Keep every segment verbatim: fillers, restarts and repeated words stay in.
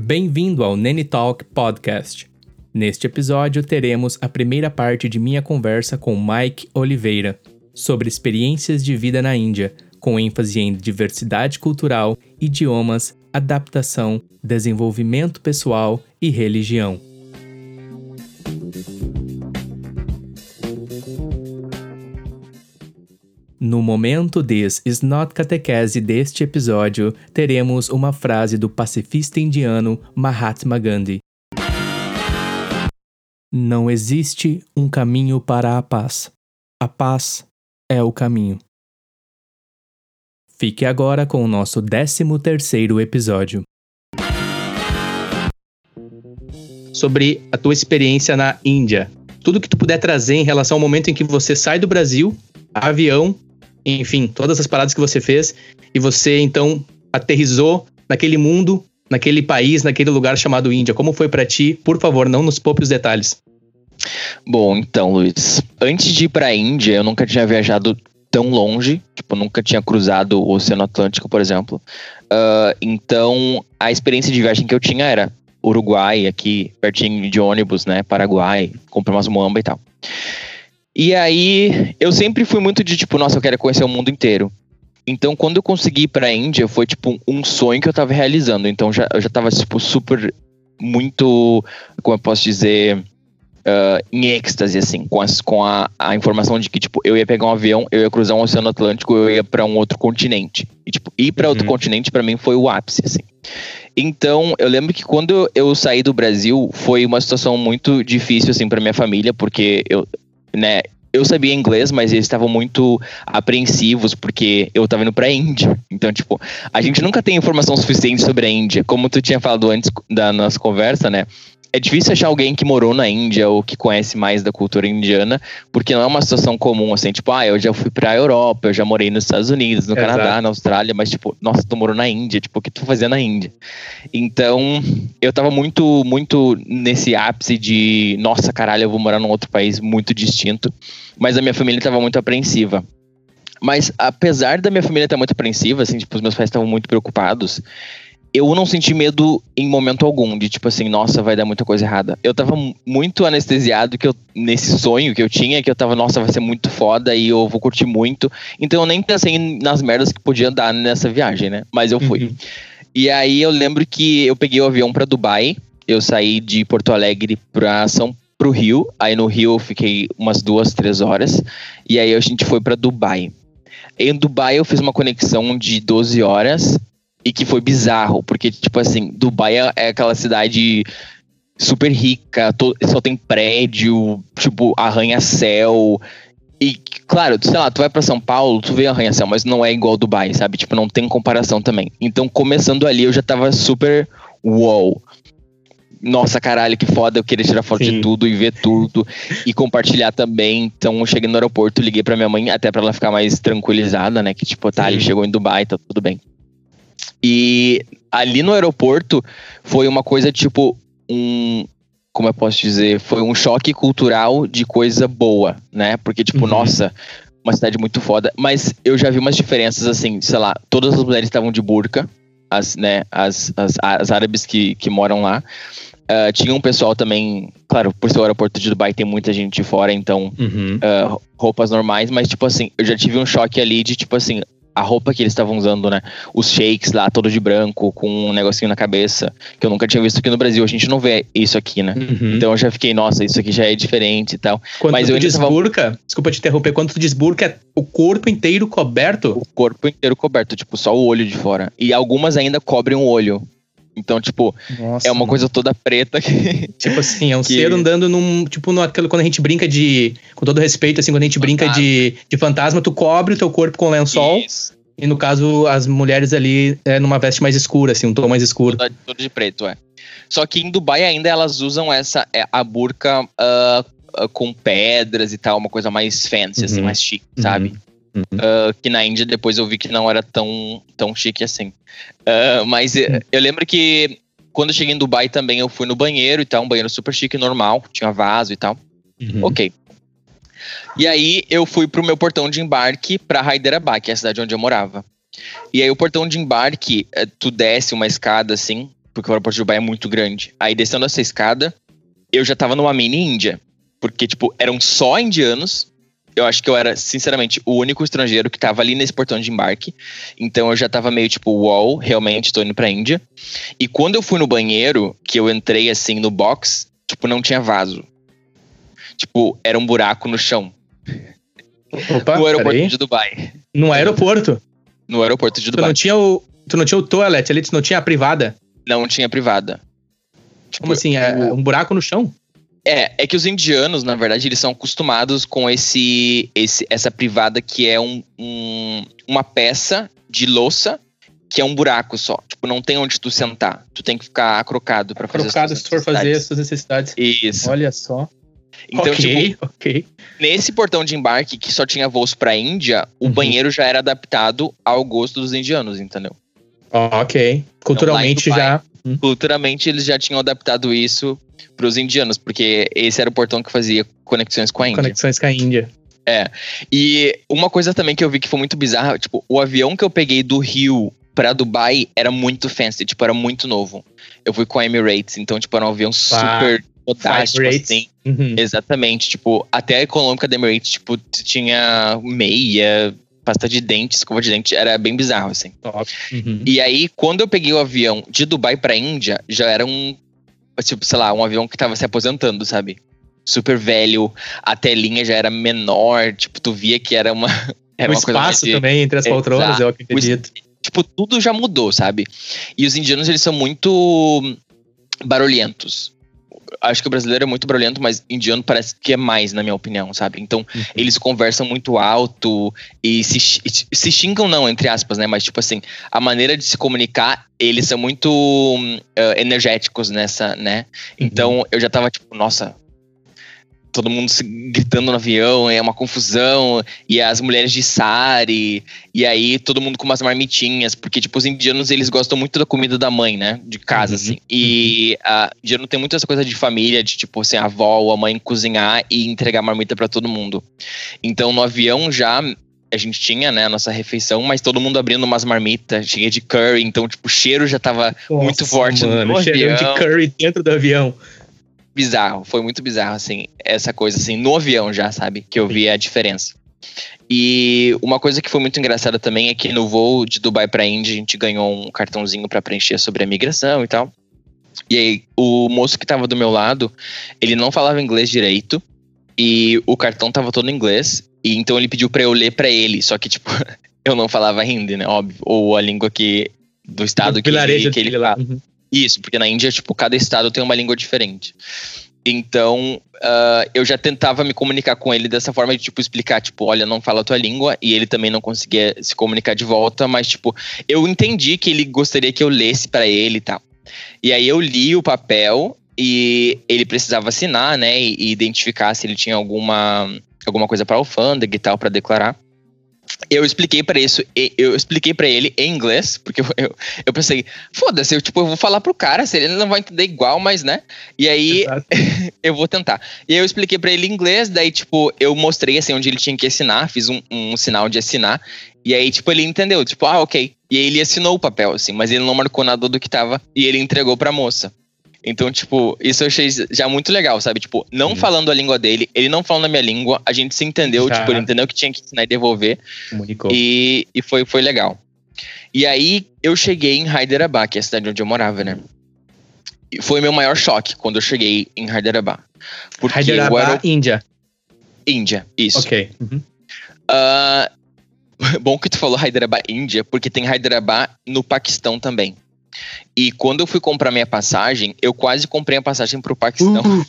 Bem-vindo ao Nene Talk Podcast. Neste episódio, teremos a primeira parte de minha conversa com Mike Oliveira sobre experiências de vida na Índia, com ênfase em diversidade cultural, idiomas, adaptação, desenvolvimento pessoal e religião. No momento This Is Not Catequese deste episódio, teremos uma frase do pacifista indiano Mahatma Gandhi. Não existe um caminho para a paz. A paz é o caminho. Fique agora com o nosso décimo terceiro episódio. Sobre a tua experiência na Índia. Tudo que tu puder trazer em relação ao momento em que você sai do Brasil, avião, enfim, todas as paradas que você fez, e você então aterrissou naquele mundo, naquele país, naquele lugar chamado Índia. Como foi pra ti? Por favor, não nos poupe os detalhes. Bom, então, Luiz, antes de ir pra Índia, eu nunca tinha viajado tão longe, tipo, nunca tinha cruzado o Oceano Atlântico, por exemplo. Uh, então, a experiência de viagem que eu tinha era Uruguai, aqui pertinho de ônibus, né, Paraguai, comprar umas muamba e tal. E aí, eu sempre fui muito de tipo, nossa, eu quero conhecer o mundo inteiro. Então, quando eu consegui ir pra Índia, foi tipo um sonho que eu tava realizando. Então, já, eu já tava tipo super, muito, como eu posso dizer, uh, em êxtase, assim, com, as, com a, a informação de que, tipo, eu ia pegar um avião, eu ia cruzar um Oceano Atlântico, eu ia pra um outro continente. E, tipo, ir pra uhum. outro continente, pra mim, foi o ápice, assim. Então, eu lembro que quando eu saí do Brasil, foi uma situação muito difícil, assim, pra minha família, porque eu... né, eu sabia inglês, mas eles estavam muito apreensivos porque eu tava indo pra Índia. Então, tipo, a gente nunca tem informação suficiente sobre a Índia. Como tu tinha falado antes da nossa conversa, né? É difícil achar alguém que morou na Índia ou que conhece mais da cultura indiana, porque não é uma situação comum, assim, tipo, ah, eu já fui pra Europa, eu já morei nos Estados Unidos, no Exato. Canadá, na Austrália, mas, tipo, nossa, tu morou na Índia, tipo, o que tu fazia na Índia? Então, eu tava muito, muito nesse ápice de, nossa, caralho, eu vou morar num outro país muito distinto, mas a minha família tava muito apreensiva. Mas, apesar da minha família estar muito apreensiva, assim, tipo, os meus pais estavam muito preocupados, eu não senti medo em momento algum, de tipo assim, nossa, vai dar muita coisa errada. Eu tava muito anestesiado que eu, nesse sonho que eu tinha, que eu tava, nossa, vai ser muito foda e eu vou curtir muito. Então eu nem pensei nas merdas que podia dar nessa viagem, né? Mas eu fui. Uhum. E aí eu lembro que eu peguei o avião pra Dubai, eu saí de Porto Alegre pra São pro Rio, aí no Rio eu fiquei umas duas, três horas, e aí a gente foi pra Dubai. Em Dubai eu fiz uma conexão de doze horas, e que foi bizarro, porque, tipo assim, Dubai é aquela cidade super rica, to- só tem prédio, tipo, arranha-céu. E, claro, sei lá, tu vai pra São Paulo, tu vê arranha-céu, mas não é igual Dubai, sabe? Tipo, não tem comparação também. Então, começando ali, eu já tava super wow. Nossa, caralho, que foda, eu queria tirar foto Sim. de tudo e ver tudo e compartilhar também. Então, eu cheguei no aeroporto, liguei pra minha mãe, até pra ela ficar mais tranquilizada, né? Que, tipo, tá, ele chegou em Dubai, tá tudo bem. E ali no aeroporto foi uma coisa tipo um, como eu posso dizer, foi um choque cultural de coisa boa, né? Porque tipo, uhum. nossa, uma cidade muito foda. Mas eu já vi umas diferenças assim, sei lá, todas as mulheres estavam de burca, as, né, as, as, as árabes que, que moram lá. Uh, tinha um pessoal também, claro, por ser o aeroporto de Dubai tem muita gente de fora, então uhum. uh, roupas normais, mas tipo assim, eu já tive um choque ali de tipo assim, a roupa que eles estavam usando, né? Os sheiks lá, todo de branco, com um negocinho na cabeça, que eu nunca tinha visto aqui no Brasil. A gente não vê isso aqui, né? Uhum. Então eu já fiquei, nossa, isso aqui já é diferente e tal. Quando Mas tu eu desburca, tava... desculpa te interromper, quando tu desburca é o corpo inteiro coberto? O corpo inteiro coberto, tipo, só o olho de fora. E algumas ainda cobrem o olho. Então, tipo, Nossa, é uma mano. coisa toda preta que... Tipo assim, é um que... ser andando num... Tipo, no, quando a gente brinca de... Com todo respeito, assim, quando a gente fantasma. brinca de, de fantasma, tu cobre o teu corpo com lençol. Isso. E no caso, as mulheres ali é numa veste mais escura, assim, um tom mais escuro. Tudo, tudo de preto, é. Só que em Dubai ainda elas usam essa, a burca uh, uh, com pedras e tal, uma coisa mais fancy, uhum. assim, mais chique, uhum. sabe? Uhum. Uh, que na Índia depois eu vi que não era tão, tão chique assim. Uh, mas uhum. eu lembro que quando eu cheguei em Dubai também eu fui no banheiro e tal, um banheiro super chique, normal, tinha vaso e tal. Uhum. Ok. E aí eu fui pro meu portão de embarque pra Hyderabad, que é a cidade onde eu morava. E aí o portão de embarque, tu desce uma escada assim, porque o aeroporto de Dubai é muito grande. Aí descendo essa escada, eu já tava numa mini Índia. Porque, tipo, eram só indianos. Eu acho que eu era, sinceramente, o único estrangeiro que tava ali nesse portão de embarque. Então eu já tava meio tipo, uau, realmente tô indo pra Índia. E quando eu fui no banheiro, que eu entrei assim no box, tipo, não tinha vaso. Tipo, era um buraco no chão. Opa, no aeroporto peraí. de Dubai. No aeroporto? No aeroporto de Tu Dubai. não tinha o, tu não tinha o toilet ali, tu não tinha a privada? Não tinha privada. Tipo, Como assim? É o- um buraco no chão? É, é que os indianos, na verdade, eles são acostumados com esse, esse, essa privada que é um, um- uma peça de louça que é um buraco só. Tipo, não tem onde tu sentar. Tu tem que ficar acrocado pra fazer Crocado as se tuas for fazer as necessidades. suas necessidades. Isso. Olha só. Então, ok, tipo, ok. nesse portão de embarque que só tinha voos pra Índia, o Uhum. banheiro já era adaptado ao gosto dos indianos, entendeu? Ok. Culturalmente Dubai, já. Hum. Culturalmente, eles já tinham adaptado isso pros indianos, porque esse era o portão que fazia conexões com a Índia. Conexões com a Índia. E uma coisa também que eu vi que foi muito bizarra, tipo, o avião que eu peguei do Rio pra Dubai era muito fancy, tipo, era muito novo. Eu fui com a Emirates, então, tipo, era um avião super fodástico, Five rates. assim. Uhum. Exatamente, tipo, até a econômica da Emirates, tipo, tinha meia, pasta de dente, escova de dente, era bem bizarro, assim. Top. Uhum. E aí, quando eu peguei o avião de Dubai pra Índia, já era um, tipo, sei lá, um avião que tava se aposentando, sabe? Super velho, a telinha já era menor, tipo, tu via que era uma... Era O uma coisa mais espaço de- também entre as poltronas, Exato. eu acredito. Tipo, tudo já mudou, sabe? E os indianos, eles são muito barulhentos. Acho que o brasileiro é muito barulhento, mas indiano parece que é mais, na minha opinião, sabe? Então, Uhum. eles conversam muito alto e se, xi- se xingam não, entre aspas, né? Mas, tipo assim, a maneira de se comunicar, eles são muito hum, eh, energéticos nessa, né? Então, eu já tava tipo, nossa... Todo mundo se gritando no avião, é uma confusão. E as mulheres de sari. E aí, todo mundo com umas marmitinhas. Porque, tipo, os indianos, eles gostam muito da comida da mãe, né? De casa, Uhum. assim. E a indiano tem muito essa coisa de família. De, tipo, assim, a avó ou a mãe cozinhar e entregar marmita pra todo mundo. Então, no avião, já... A gente tinha, né, a nossa refeição. Mas todo mundo abrindo umas marmitas. Cheia de curry. Então, tipo, o cheiro já tava Nossa, muito forte mano, no cheirão avião. de curry dentro do avião. Bizarro, foi muito bizarro, assim, essa coisa, assim, no avião já, sabe? Que eu vi a diferença. E uma coisa que foi muito engraçada também é que no voo de Dubai pra Índia, a gente ganhou um cartãozinho pra preencher sobre a migração e tal. E aí, o moço que tava do meu lado, ele não falava inglês direito, e o cartão tava todo em inglês, e então ele pediu pra eu ler pra ele, só que, tipo, eu não falava hindi, né, óbvio, ou a língua que, do estado que Vilarejo ele, que ele dele lá. fala. Uhum. Isso, porque na Índia, tipo, cada estado tem uma língua diferente. Então, uh, eu já tentava me comunicar com ele dessa forma de, tipo, explicar, tipo, olha, não fala a tua língua, e ele também não conseguia se comunicar de volta, mas, tipo, eu entendi que ele gostaria que eu lesse pra ele e tal. E aí eu li o papel e ele precisava assinar, né, e, e identificar se ele tinha alguma, alguma coisa pra alfândega e tal, pra declarar. Eu expliquei pra isso, eu expliquei pra ele em inglês, porque eu, eu, eu pensei, foda-se, eu, tipo, eu vou falar pro cara, se ele não vai entender igual, mas, né? E aí, Exato. eu vou tentar. E aí eu expliquei pra ele em inglês, daí, tipo, eu mostrei, assim, onde ele tinha que assinar, fiz um, um sinal de assinar, e aí, tipo, ele entendeu, tipo, ah, ok. E aí ele assinou o papel, assim, mas ele não marcou nada do que tava, e ele entregou pra moça. Então, tipo, isso eu achei já muito legal, sabe? Tipo, não Sim. falando a língua dele, ele não falando a minha língua, a gente se entendeu, Já. tipo, ele entendeu que tinha que ensinar e devolver. Comunicou. E, e foi, foi legal. E aí, eu cheguei em Hyderabad, que é a cidade onde eu morava, né? E foi meu maior choque quando eu cheguei em Hyderabad. Porque Hyderabad, o aero... Índia. Índia, isso. Ok. Uhum. Ah, bom que tu falou Hyderabad, Índia, porque tem Hyderabad no Paquistão também. E quando eu fui comprar minha passagem, eu quase comprei a passagem pro Paquistão. Uh,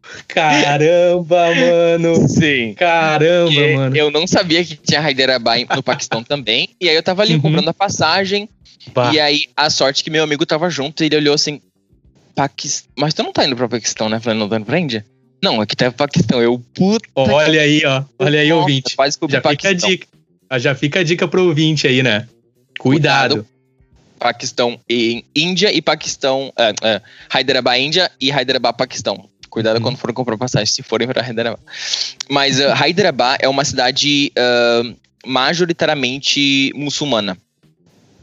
caramba, mano. Sim. Caramba, Porque mano. eu não sabia que tinha Hyderabad no Paquistão também. E aí eu tava ali Uhum. comprando a passagem. Bah. E aí a sorte que meu amigo tava junto e ele olhou assim: Paquistão. Mas tu não tá indo pro Paquistão, né? Eu falei, não tô indo pra Índia? Não, aqui tá Paquistão. Eu, puta. Olha aí, ó. Olha aí, Nossa, ouvinte. quase que eu vi Já fica a Paquistão. dica. Ah, Já fica a dica pro ouvinte aí, né? Cuidado. Cuidado. Paquistão e Índia e Paquistão. Uh, uh, Hyderabad, Índia e Hyderabad, Paquistão. Cuidado Uhum. quando forem comprar passagem, se forem para Hyderabad. Mas uh, Hyderabad é uma cidade uh, majoritariamente muçulmana.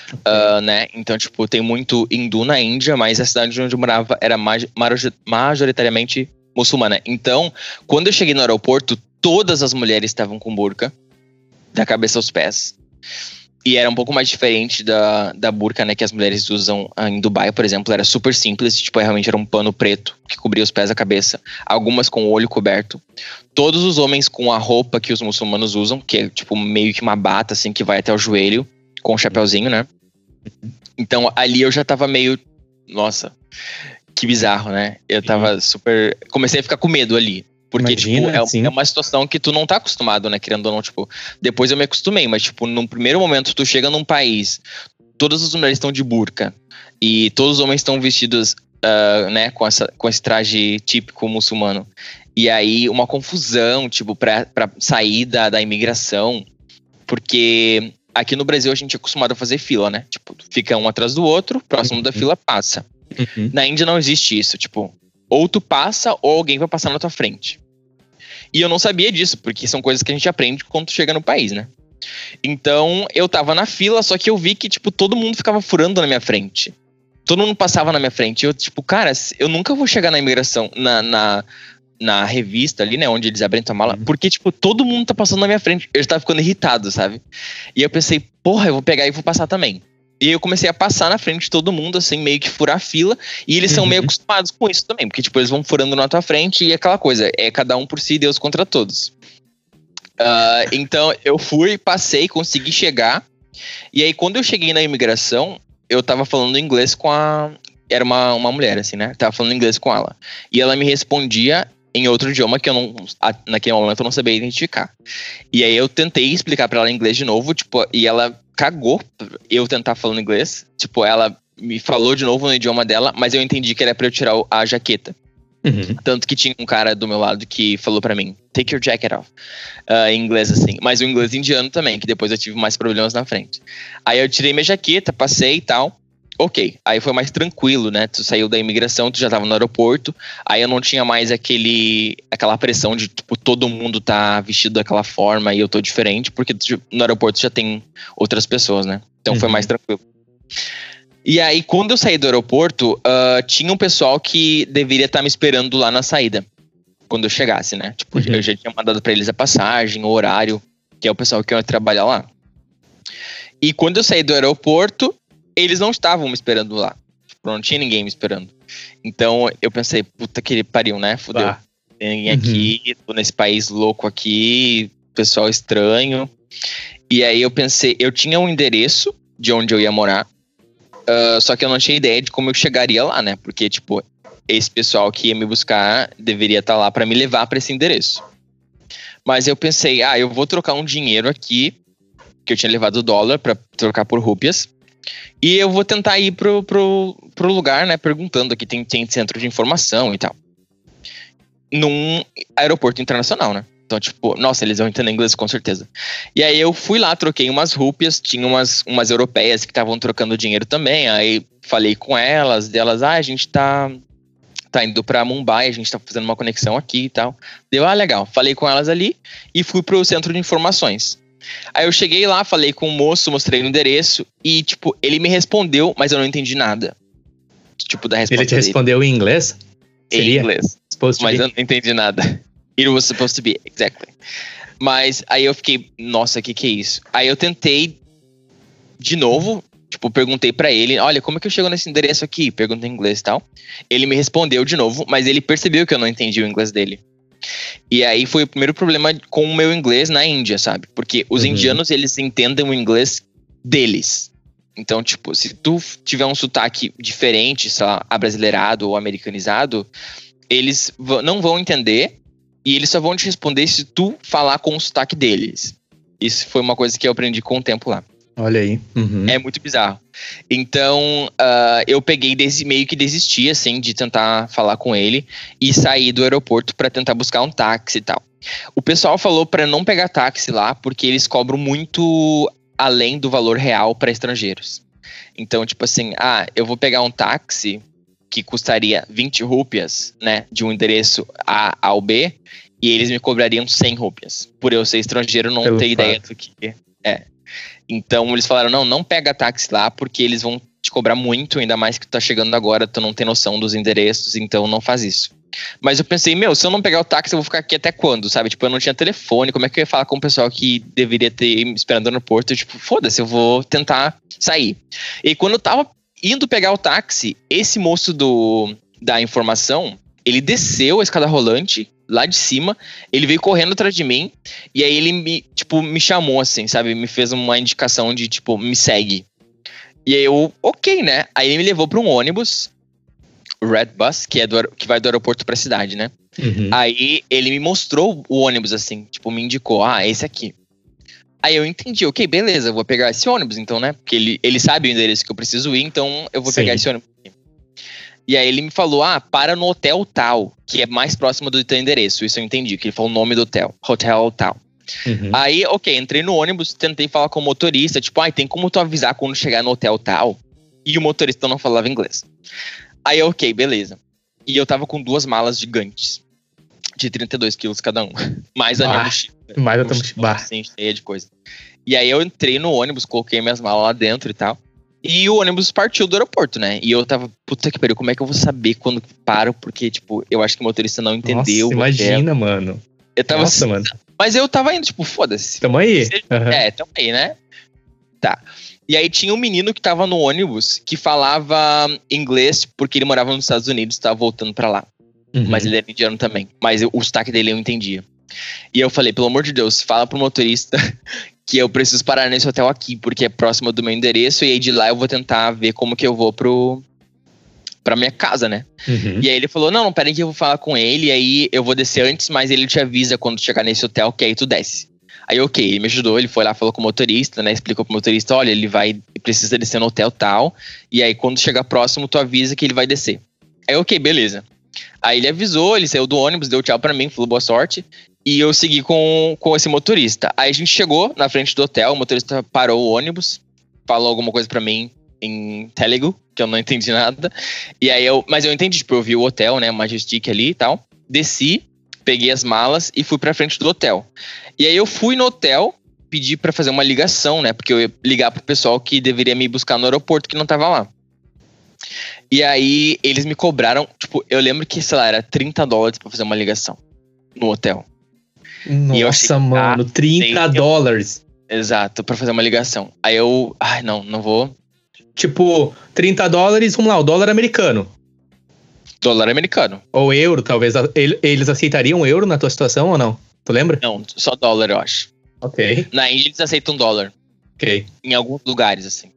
Uh, né? Então, tipo, tem muito hindu na Índia, mas a cidade onde eu morava era maj- maroj- majoritariamente muçulmana. Então, quando eu cheguei no aeroporto, todas as mulheres estavam com burca, da cabeça aos pés. E era um pouco mais diferente da, da burca, né, que as mulheres usam em Dubai, por exemplo. Era super simples, tipo, realmente era um pano preto que cobria os pés e a cabeça. Algumas com o olho coberto. Todos os homens com a roupa que os muçulmanos usam, que é tipo meio que uma bata, assim, que vai até o joelho, com um chapéuzinho, né? Então, ali eu já tava meio... Nossa, que bizarro, né? Eu tava super... Comecei a ficar com medo ali. Porque, Imagina, tipo, é, sim. é uma situação que tu não tá acostumado, né? Querendo ou não, tipo... Depois eu me acostumei, mas, tipo, num primeiro momento, tu chega num país, todas as mulheres estão de burca, e todos os homens estão vestidos, uh, né? Com, essa, com esse traje típico muçulmano. E aí, uma confusão, tipo, pra, pra sair da, da imigração. Porque aqui no Brasil, a gente é acostumado a fazer fila, né? Tipo, fica um atrás do outro, próximo Uhum. da fila, passa. Uhum. Na Índia não existe isso, tipo... Ou tu passa, ou alguém vai passar na tua frente. E eu não sabia disso, porque são coisas que a gente aprende quando tu chega no país, né? Então, eu tava na fila, só que eu vi que, tipo, todo mundo ficava furando na minha frente. Todo mundo passava na minha frente. Eu, tipo, cara, eu nunca vou chegar na imigração, na, na, na revista ali, né, onde eles abrem tua mala, porque, tipo, todo mundo tá passando na minha frente. Eu já tava ficando irritado, sabe? E eu pensei, porra, eu vou pegar e vou passar também. E eu comecei a passar na frente de todo mundo, assim, meio que furar a fila. E eles são Uhum. meio acostumados com isso também. Porque, tipo, eles vão furando na tua frente e aquela coisa. É cada um por si, Deus contra todos. Uh, então, eu fui, passei, consegui chegar. E aí, quando eu cheguei na imigração, eu tava falando inglês com a... Era uma, uma mulher, assim, né? Tava falando inglês com ela. E ela me respondia em outro idioma que eu não... Naquele momento, eu não sabia identificar. E aí, eu tentei explicar pra ela em inglês de novo, tipo... E ela... cagou eu tentar falando inglês. Tipo, ela me falou de novo no idioma dela, mas eu entendi que era pra eu tirar a jaqueta. Uhum. Tanto que tinha um cara do meu lado que falou pra mim, take your jacket off. Uh, em inglês, assim. Mas o inglês indiano também, que depois eu tive mais problemas na frente. Aí eu tirei minha jaqueta, passei e tal. Ok. Aí foi mais tranquilo, né? Tu saiu da imigração, tu já tava no aeroporto. Aí eu não tinha mais aquele, aquela pressão de, tipo, todo mundo tá vestido daquela forma e eu tô diferente. Porque tu, no aeroporto já tem outras pessoas, né? Então uhum. foi mais tranquilo. E aí, quando eu saí do aeroporto, uh, tinha um pessoal que deveria estar me esperando lá na saída. Quando eu chegasse, né? Tipo, uhum. eu já tinha mandado pra eles a passagem, o horário, que é o pessoal que ia trabalhar lá. E quando eu saí do aeroporto, eles não estavam me esperando lá. Tipo, não tinha ninguém me esperando. Então, eu pensei, puta que pariu, né? Fudeu. Bah. Tem ninguém uhum. aqui, tô nesse país louco aqui, pessoal estranho. E aí eu pensei, eu tinha um endereço de onde eu ia morar. Uh, só que eu não tinha ideia de como eu chegaria lá, né? Porque, tipo, esse pessoal que ia me buscar deveria estar lá pra me levar pra esse endereço. Mas eu pensei, ah, eu vou trocar um dinheiro aqui, que eu tinha levado dólar pra trocar por rúpias. E eu vou tentar ir pro, pro, pro lugar, né? Perguntando aqui, tem, tem centro de informação e tal. Num aeroporto internacional, né? Então, tipo, nossa, eles vão entender inglês com certeza. E aí eu fui lá, troquei umas rúpias, tinha umas, umas europeias que estavam trocando dinheiro também. Aí falei com elas, delas, ah, a gente tá, tá indo pra Mumbai, a gente tá fazendo uma conexão aqui e tal. Deu, ah, legal. Falei com elas ali e fui pro centro de informações. Aí eu cheguei lá, falei com o moço, mostrei o endereço e, tipo, ele me respondeu, mas eu não entendi nada. Tipo, da resposta Ele te respondeu dele. Em inglês? Seria? Em inglês. Mas eu não entendi nada. It was supposed to be, exactly. Mas aí eu fiquei, nossa, o que que é isso? Aí eu tentei de novo, tipo, perguntei pra ele, olha, como é que eu chego nesse endereço aqui? Perguntei em inglês e tal. Ele me respondeu de novo, mas ele percebeu que eu não entendi o inglês dele. E aí foi o primeiro problema com o meu inglês na Índia, sabe? Porque os uhum. indianos, eles entendem o inglês deles. Então, tipo, se tu tiver um sotaque diferente, sei lá, abrasileirado ou americanizado, eles v- não vão entender. E eles só vão te responder se tu falar com o sotaque deles. Isso foi uma coisa que eu aprendi com o tempo lá. Olha aí. Uhum. É muito bizarro. Então, uh, eu peguei desse, meio que desisti, assim, de tentar falar com ele. E saí do aeroporto pra tentar buscar um táxi e tal. O pessoal falou pra não pegar táxi lá, porque eles cobram muito além do valor real pra estrangeiros. Então, tipo assim, ah, eu vou pegar um táxi que custaria vinte rúpias, né, de um endereço A ao B, e eles me cobrariam cem rúpias. Por eu ser estrangeiro, não ter ideia do que é. Então eles falaram, não, não pega táxi lá, porque eles vão te cobrar muito, ainda mais que tu tá chegando agora, tu não tem noção dos endereços, então não faz isso. Mas eu pensei, meu, se eu não pegar o táxi, eu vou ficar aqui até quando, sabe? Tipo, eu não tinha telefone, como é que eu ia falar com o pessoal que deveria ter me esperando no aeroporto? Eu, tipo, foda-se, eu vou tentar sair. E quando eu tava indo pegar o táxi, esse moço do, da informação, ele desceu a escada rolante, lá de cima, ele veio correndo atrás de mim, e aí ele me, tipo, me chamou assim, sabe? Me fez uma indicação de, tipo, me segue. E aí eu, ok, né? Aí ele me levou pra um ônibus, o Red Bus, que, é do, que vai do aeroporto pra cidade, né? Uhum. Aí ele me mostrou o ônibus, assim, tipo, me indicou, ah, esse aqui. Aí eu entendi, ok, beleza, eu vou pegar esse ônibus, então, né? Porque ele, ele sabe o endereço que eu preciso ir, então eu vou Sim. pegar esse ônibus aqui. E aí ele me falou, ah, para no hotel tal, que é mais próximo do teu endereço. Isso eu entendi, que ele falou o nome do hotel, hotel tal. Uhum. Aí, ok, entrei no ônibus, tentei falar com o motorista, tipo, ah, tem como tu avisar quando chegar no hotel tal? E o motorista não falava inglês. Aí, ok, beleza. E eu tava com duas malas gigantes, de trinta e dois quilos cada um. Mais a minha Ah, mochila. mais a tua mochila. Assim, cheia de coisa. E aí eu entrei no ônibus, coloquei minhas malas lá dentro e tal. E o ônibus partiu do aeroporto, né? E eu tava, puta que pariu, como é que eu vou saber quando paro? Porque, tipo, eu acho que o motorista não entendeu. Nossa, imagina, mano. Eu tava Nossa, assim, mano. mas eu tava indo, tipo, foda-se. Tamo aí. Uhum. É, tamo aí, né? Tá. E aí tinha um menino que tava no ônibus que falava inglês porque ele morava nos Estados Unidos e tava voltando pra lá. Uhum. Mas ele era indiano também. Mas eu, o sotaque dele eu entendia. E eu falei, pelo amor de Deus, fala pro motorista que eu preciso parar nesse hotel aqui, porque é próximo do meu endereço, e aí de lá eu vou tentar ver como que eu vou pro... pra minha casa, né? Uhum. E aí ele falou, não, não, peraí que eu vou falar com ele, e aí eu vou descer antes, mas ele te avisa quando chegar nesse hotel, que aí tu desce. Aí ok, ele me ajudou, ele foi lá, falou com o motorista, né? Explicou pro motorista, olha, ele vai, precisa descer no hotel tal, e aí quando chegar próximo, tu avisa que ele vai descer. Aí ok, beleza. Aí ele avisou, ele saiu do ônibus, deu tchau pra mim, falou boa sorte, e eu segui com, com esse motorista. Aí a gente chegou na frente do hotel, o motorista parou o ônibus, falou alguma coisa pra mim em Telugu, que eu não entendi nada. E aí eu, mas eu entendi, tipo, eu vi o hotel, né, Majestic ali e tal. Desci, peguei as malas e fui pra frente do hotel. E aí eu fui no hotel, pedi pra fazer uma ligação, né, porque eu ia ligar pro pessoal que deveria me buscar no aeroporto, que não tava lá. E aí eles me cobraram, tipo, eu lembro que, sei lá, era trinta dólares pra fazer uma ligação no hotel. Nossa, eu achei, mano, ah, trinta dólares. Exato, pra fazer uma ligação. Aí eu, ai, não, não vou. Tipo, trinta dólares, vamos lá, o dólar americano. Dólar americano. Ou euro, talvez. Eles aceitariam euro na tua situação ou não? Tu lembra? Não, só dólar, eu acho. Ok. Na Índia eles aceitam dólar. Ok. Em alguns lugares, assim.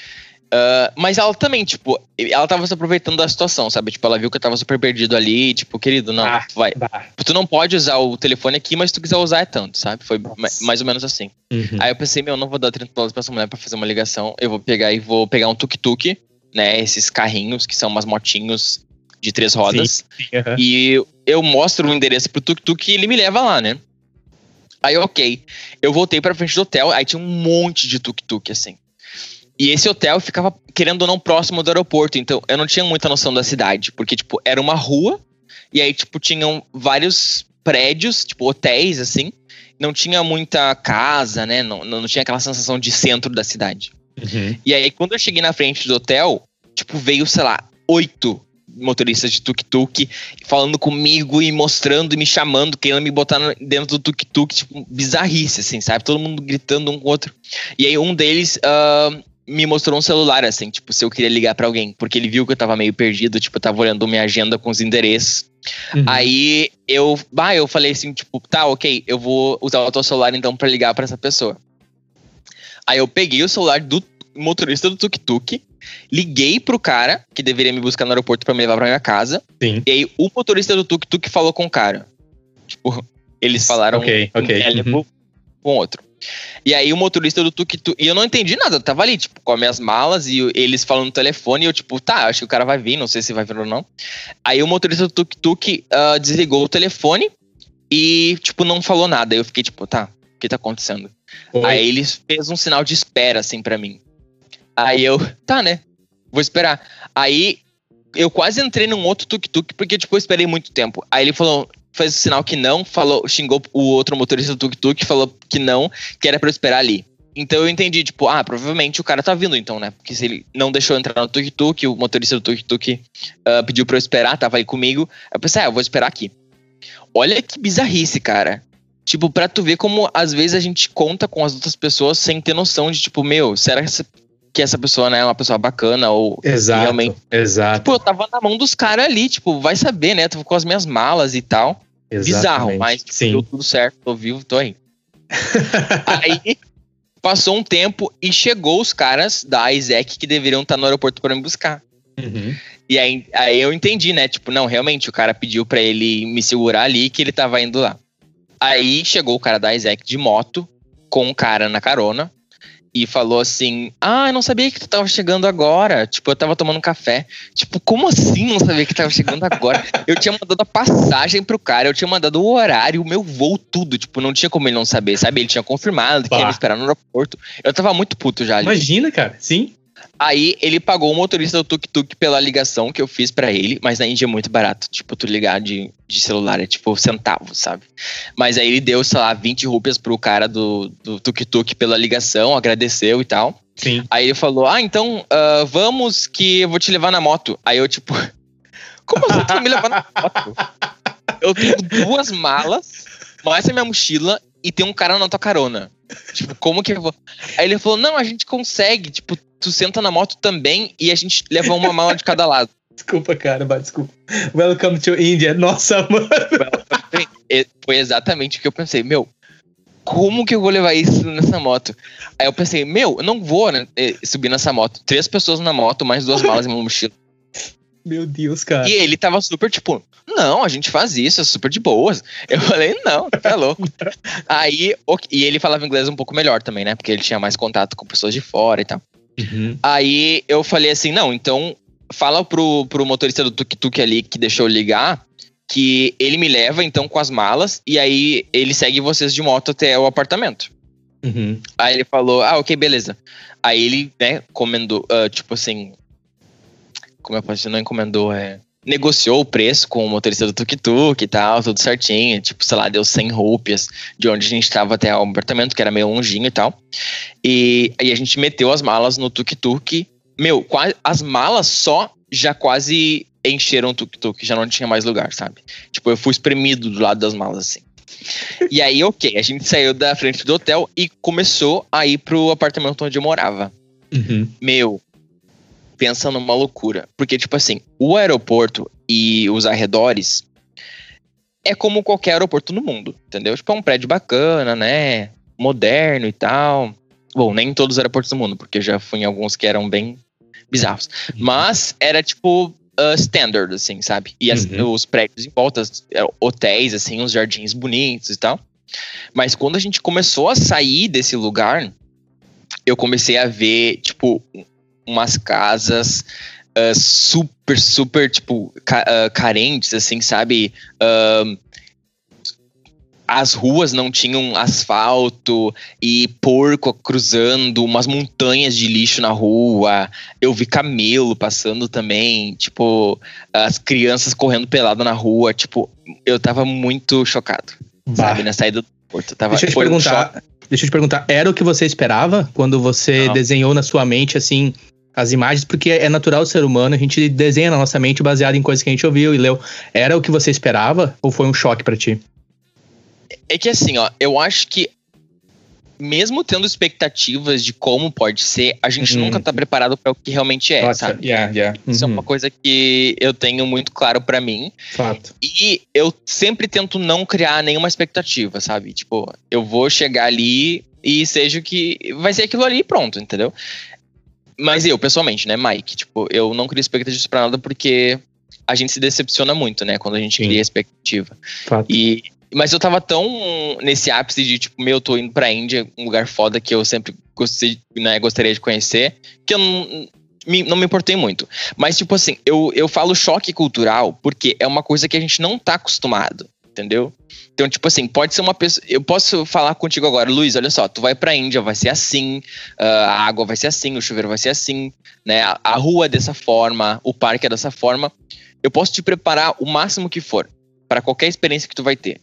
Uh, mas ela também, tipo, ela tava se aproveitando da situação, sabe? Tipo, ela viu que eu tava super perdido ali, tipo, querido, não, Ah, tu vai. bah. Tu não pode usar o telefone aqui, mas se tu quiser usar é tanto, sabe? Foi ma- mais ou menos assim. Uhum. Aí eu pensei, meu, eu não vou dar trinta dólares pra essa mulher pra fazer uma ligação. Eu vou pegar e vou pegar um tuk-tuk, né? Esses carrinhos que são umas motinhos de três rodas. Sim, sim, uhum. E eu mostro o endereço pro tuk-tuk e ele me leva lá, né? Aí, ok. Eu voltei pra frente do hotel, aí tinha um monte de tuk-tuk, assim. E esse hotel ficava, querendo ou não, próximo do aeroporto. Então, eu não tinha muita noção da cidade. Porque, tipo, era uma rua. E aí, tipo, tinham vários prédios, tipo, hotéis, assim. Não tinha muita casa, né? Não, não tinha aquela sensação de centro da cidade. Uhum. E aí, quando eu cheguei na frente do hotel, tipo, veio, sei lá, oito motoristas de tuk-tuk falando comigo e mostrando e me chamando, querendo me botar dentro do tuk-tuk, tipo, bizarrice, assim, sabe? Todo mundo gritando um com o outro. E aí, um deles... Uh, me mostrou um celular, assim, tipo, se eu queria ligar pra alguém, porque ele viu que eu tava meio perdido, tipo, eu tava olhando minha agenda com os endereços. Uhum. Aí eu, bah, eu falei assim, tipo, tá, ok, eu vou usar o teu celular então pra ligar pra essa pessoa. Aí eu peguei o celular do motorista do tuk-tuk, liguei pro cara que deveria me buscar no aeroporto pra me levar pra minha casa. Sim. E aí o motorista do tuk-tuk falou com o cara. Tipo, eles falaram Ok, ok. um Uhum. com outro. E aí o motorista do tuk-tuk... E eu não entendi nada, eu tava ali, tipo, com as minhas malas e eles falando no telefone e eu, tipo, tá, acho que o cara vai vir, não sei se vai vir ou não. Aí o motorista do tuk-tuk uh, desligou o telefone e, tipo, não falou nada. Aí eu fiquei, tipo, tá, o que tá acontecendo? Oi. Aí ele fez um sinal de espera, assim, pra mim. Aí eu, tá, né, vou esperar. Aí eu quase entrei num outro tuk-tuk porque, tipo, eu esperei muito tempo. Aí ele falou... fez o sinal que não, falou, xingou o outro motorista do tuk-tuk, falou que não, que era pra eu esperar ali. Então eu entendi, tipo, ah, provavelmente o cara tá vindo então, né? Porque se ele não deixou eu entrar no tuk-tuk, o motorista do tuk-tuk uh, pediu pra eu esperar, tava aí comigo. Eu pensei, ah, eu vou esperar aqui. Olha que bizarrice, cara. Tipo, pra tu ver como às vezes a gente conta com as outras pessoas sem ter noção de, tipo, meu, será que essa pessoa, né, é uma pessoa bacana ou exato, realmente... Exato, Tipo, eu tava na mão dos caras ali, tipo, vai saber, né? Tava com as minhas malas e tal. Exatamente. Bizarro, mas tipo, deu tudo certo, tô vivo, tô aí. Aí... Passou um tempo e chegou os caras da Isaac que deveriam estar no aeroporto para me buscar. Uhum. E aí, aí eu entendi, né? Tipo, não, realmente, o cara pediu pra ele me segurar ali que ele tava indo lá. Aí chegou o cara da Isaac de moto com um cara na carona e falou assim, ah, eu não sabia que tu tava chegando agora. Tipo, eu tava tomando um café. Tipo, como assim não sabia que tava chegando agora? Eu tinha mandado a passagem pro cara, eu tinha mandado o horário, o meu voo, tudo. Tipo, não tinha como ele não saber, sabe? Ele tinha confirmado que ia me esperar no aeroporto. Eu tava muito puto já ali. Imagina, cara, sim. Aí ele pagou o motorista do tuk-tuk pela ligação que eu fiz pra ele, mas na Índia é muito barato, tipo, tu ligar de, de celular é tipo centavos, sabe? Mas aí ele deu, sei lá, vinte rúpias pro cara do, do tuk-tuk pela ligação, agradeceu e tal. Sim. Aí ele falou, ah, então uh, vamos que eu vou te levar na moto. Aí eu tipo, como assim tu vai me levar na moto? Eu tenho duas malas, mais a minha mochila e tem um cara na tua carona. Tipo, como que eu vou... Aí ele falou, não, a gente consegue, tipo, tu senta na moto também e a gente leva uma mala de cada lado. Desculpa, cara, mas desculpa. Welcome to India. Nossa, mano. Foi exatamente o que eu pensei. Meu, como que eu vou levar isso nessa moto? Aí eu pensei, meu, eu não vou, né, subir nessa moto. Três pessoas na moto, mais duas malas e uma mochila. Meu Deus, cara. E ele tava super, tipo, não, a gente faz isso, é super de boas. Eu falei, não, tá louco. Aí, e ele falava inglês um pouco melhor também, né? Porque ele tinha mais contato com pessoas de fora e tal. Uhum. Aí eu falei assim, não, então fala pro, pro motorista do tuk-tuk ali que deixou eu ligar, que ele me leva então com as malas e aí ele segue vocês de moto até o apartamento. Uhum. Aí ele falou, ah, ok, beleza. Aí ele, né, encomendou, uh, tipo assim, como eu posso dizer, não encomendou, é... negociou o preço com o motorista do tuk-tuk e tal, tudo certinho. Tipo, sei lá, deu cem rúpias de onde a gente tava até o apartamento, que era meio longinho e tal. E aí a gente meteu as malas no tuk-tuk. Meu, quase, as malas só já quase encheram o tuk-tuk, já não tinha mais lugar, sabe? Tipo, eu fui espremido do lado das malas, assim. E aí, ok, a gente saiu da frente do hotel e começou a ir pro apartamento onde eu morava. Uhum. Meu... pensa numa loucura. Porque, tipo assim, o aeroporto e os arredores é como qualquer aeroporto no mundo, entendeu? Tipo, é um prédio bacana, né? Moderno e tal. Bom, nem em todos os aeroportos do mundo, porque eu já fui em alguns que eram bem bizarros. Mas era, tipo, uh, standard, assim, sabe? E as, uhum. os prédios em volta, hotéis, assim, uns jardins bonitos e tal. Mas quando a gente começou a sair desse lugar, eu comecei a ver, tipo... umas casas uh, super, super, tipo, ca- uh, carentes, assim, sabe? Uh, as ruas não tinham asfalto e porco cruzando, umas montanhas de lixo na rua. Eu vi camelo passando também, tipo, as crianças correndo pelada na rua. Tipo, eu tava muito chocado, bah. sabe? Na saída do porto. Tava, Deixa eu te perguntar, um deixa eu te perguntar, era o que você esperava quando você não. desenhou na sua mente, assim... as imagens, porque é natural o ser humano, a gente desenha na nossa mente baseado em coisas que a gente ouviu e leu. Era o que você esperava ou foi um choque pra ti? É que assim, ó, eu acho que mesmo tendo expectativas de como pode ser, a gente uhum. nunca tá preparado para o que realmente é, nossa, sabe? Yeah, yeah. Uhum. Isso é uma coisa que eu tenho muito claro pra mim. Fato. E eu sempre tento não criar nenhuma expectativa, sabe? Tipo, eu vou chegar ali e seja o que... vai ser aquilo ali e pronto, entendeu? Mas eu, pessoalmente, né, Mike? Tipo, eu não crio expectativas pra nada porque a gente se decepciona muito, né? Quando a gente Sim. cria expectativa. Fato. E, mas eu tava tão nesse ápice de, tipo, meu, eu tô indo pra Índia, um lugar foda que eu sempre gostei, né, gostaria de conhecer, que eu não me, não me importei muito. Mas, tipo assim, eu, eu falo choque cultural porque é uma coisa que a gente não tá acostumado. Entendeu? Então, tipo assim, pode ser uma pessoa... Eu posso falar contigo agora, Luiz, olha só, tu vai pra Índia, vai ser assim, uh, a água vai ser assim, o chuveiro vai ser assim, né? A, a rua é dessa forma, o parque é dessa forma. Eu posso te preparar o máximo que for para qualquer experiência que tu vai ter.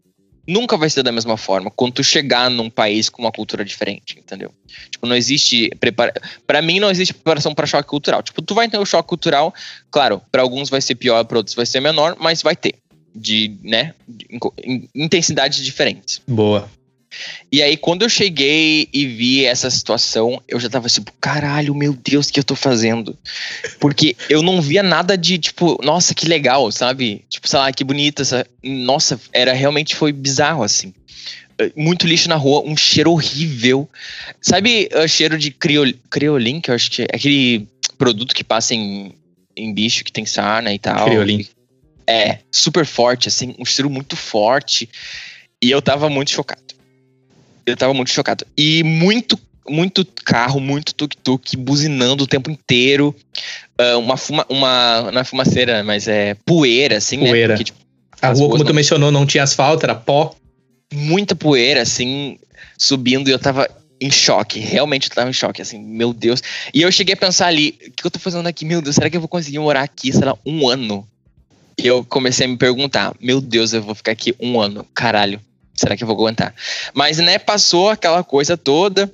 nunca vai ser da mesma forma quando tu chegar num país com uma cultura diferente, entendeu? Tipo, não existe prepara... Pra mim não existe preparação pra choque cultural. Tipo, tu vai ter o choque cultural, claro, pra alguns vai ser pior, pra outros vai ser menor, mas vai ter. De, né, de intensidades diferentes. Boa. E aí, quando eu cheguei e vi essa situação, eu já tava tipo, caralho, meu Deus, o que eu tô fazendo? Porque eu não via nada de, tipo, nossa, que legal, sabe? Tipo, sei lá, que bonita essa... Nossa, era realmente, foi bizarro, assim. Muito lixo na rua, um cheiro horrível. Sabe o cheiro de criol... Criolin, que eu acho que é aquele produto que passa em, em bicho, que tem sarna e tal. Criolin. É, super forte, assim, um cheiro muito forte. E eu tava muito chocado. Eu tava muito chocado. E muito, muito carro, muito tuk-tuk, buzinando o tempo inteiro. Uh, uma fuma, uma, não é fumaceira, mas é poeira, assim, poeira. né? Porque, tipo, a rua, como tu não... mencionou, não tinha asfalto, era pó. Muita poeira, assim, subindo, e eu tava em choque. Realmente eu tava em choque, assim, meu Deus. E eu cheguei a pensar ali, o que eu tô fazendo aqui? Meu Deus, será que eu vou conseguir morar aqui, sei lá, um ano? E eu comecei a me perguntar, meu Deus, eu vou ficar aqui um ano, caralho. Será que eu vou aguentar? Mas, né, passou aquela coisa toda.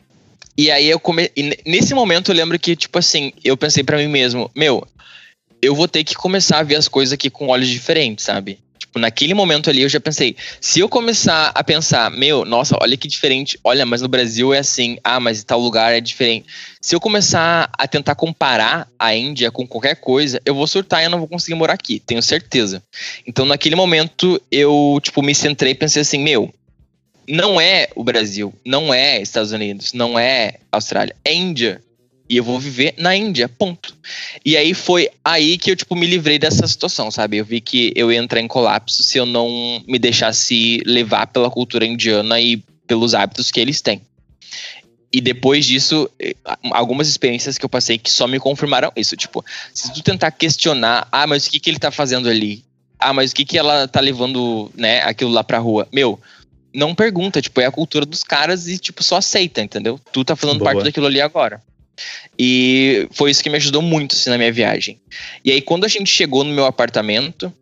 E aí eu comecei... Nesse momento eu lembro que, tipo assim, eu pensei pra mim mesmo, meu, eu vou ter que começar a ver as coisas aqui com olhos diferentes, sabe? Tipo, naquele momento ali eu já pensei, se eu começar a pensar, meu, nossa, olha que diferente, olha, mas no Brasil é assim, ah, mas em tal lugar é diferente. Se eu começar a tentar comparar a Índia com qualquer coisa, eu vou surtar e eu não vou conseguir morar aqui, tenho certeza. Então, naquele momento, eu, tipo, me centrei e pensei assim, meu, não é o Brasil, não é Estados Unidos, não é Austrália, é Índia. E eu vou viver na Índia, ponto. E aí foi aí que eu, tipo, me livrei dessa situação, sabe? Eu vi que eu ia entrar em colapso se eu não me deixasse levar pela cultura indiana e pelos hábitos que eles têm. E depois disso, algumas experiências que eu passei que só me confirmaram isso. Tipo, se tu tentar questionar, ah, mas o que que ele tá fazendo ali? Ah, mas o que que ela tá levando, né, aquilo lá pra rua? Meu, não pergunta, tipo, é a cultura dos caras e, tipo, só aceita, entendeu? Tu tá fazendo Boa. parte daquilo ali agora. E foi isso que me ajudou muito, assim, na minha viagem. E aí, quando a gente chegou no meu apartamento,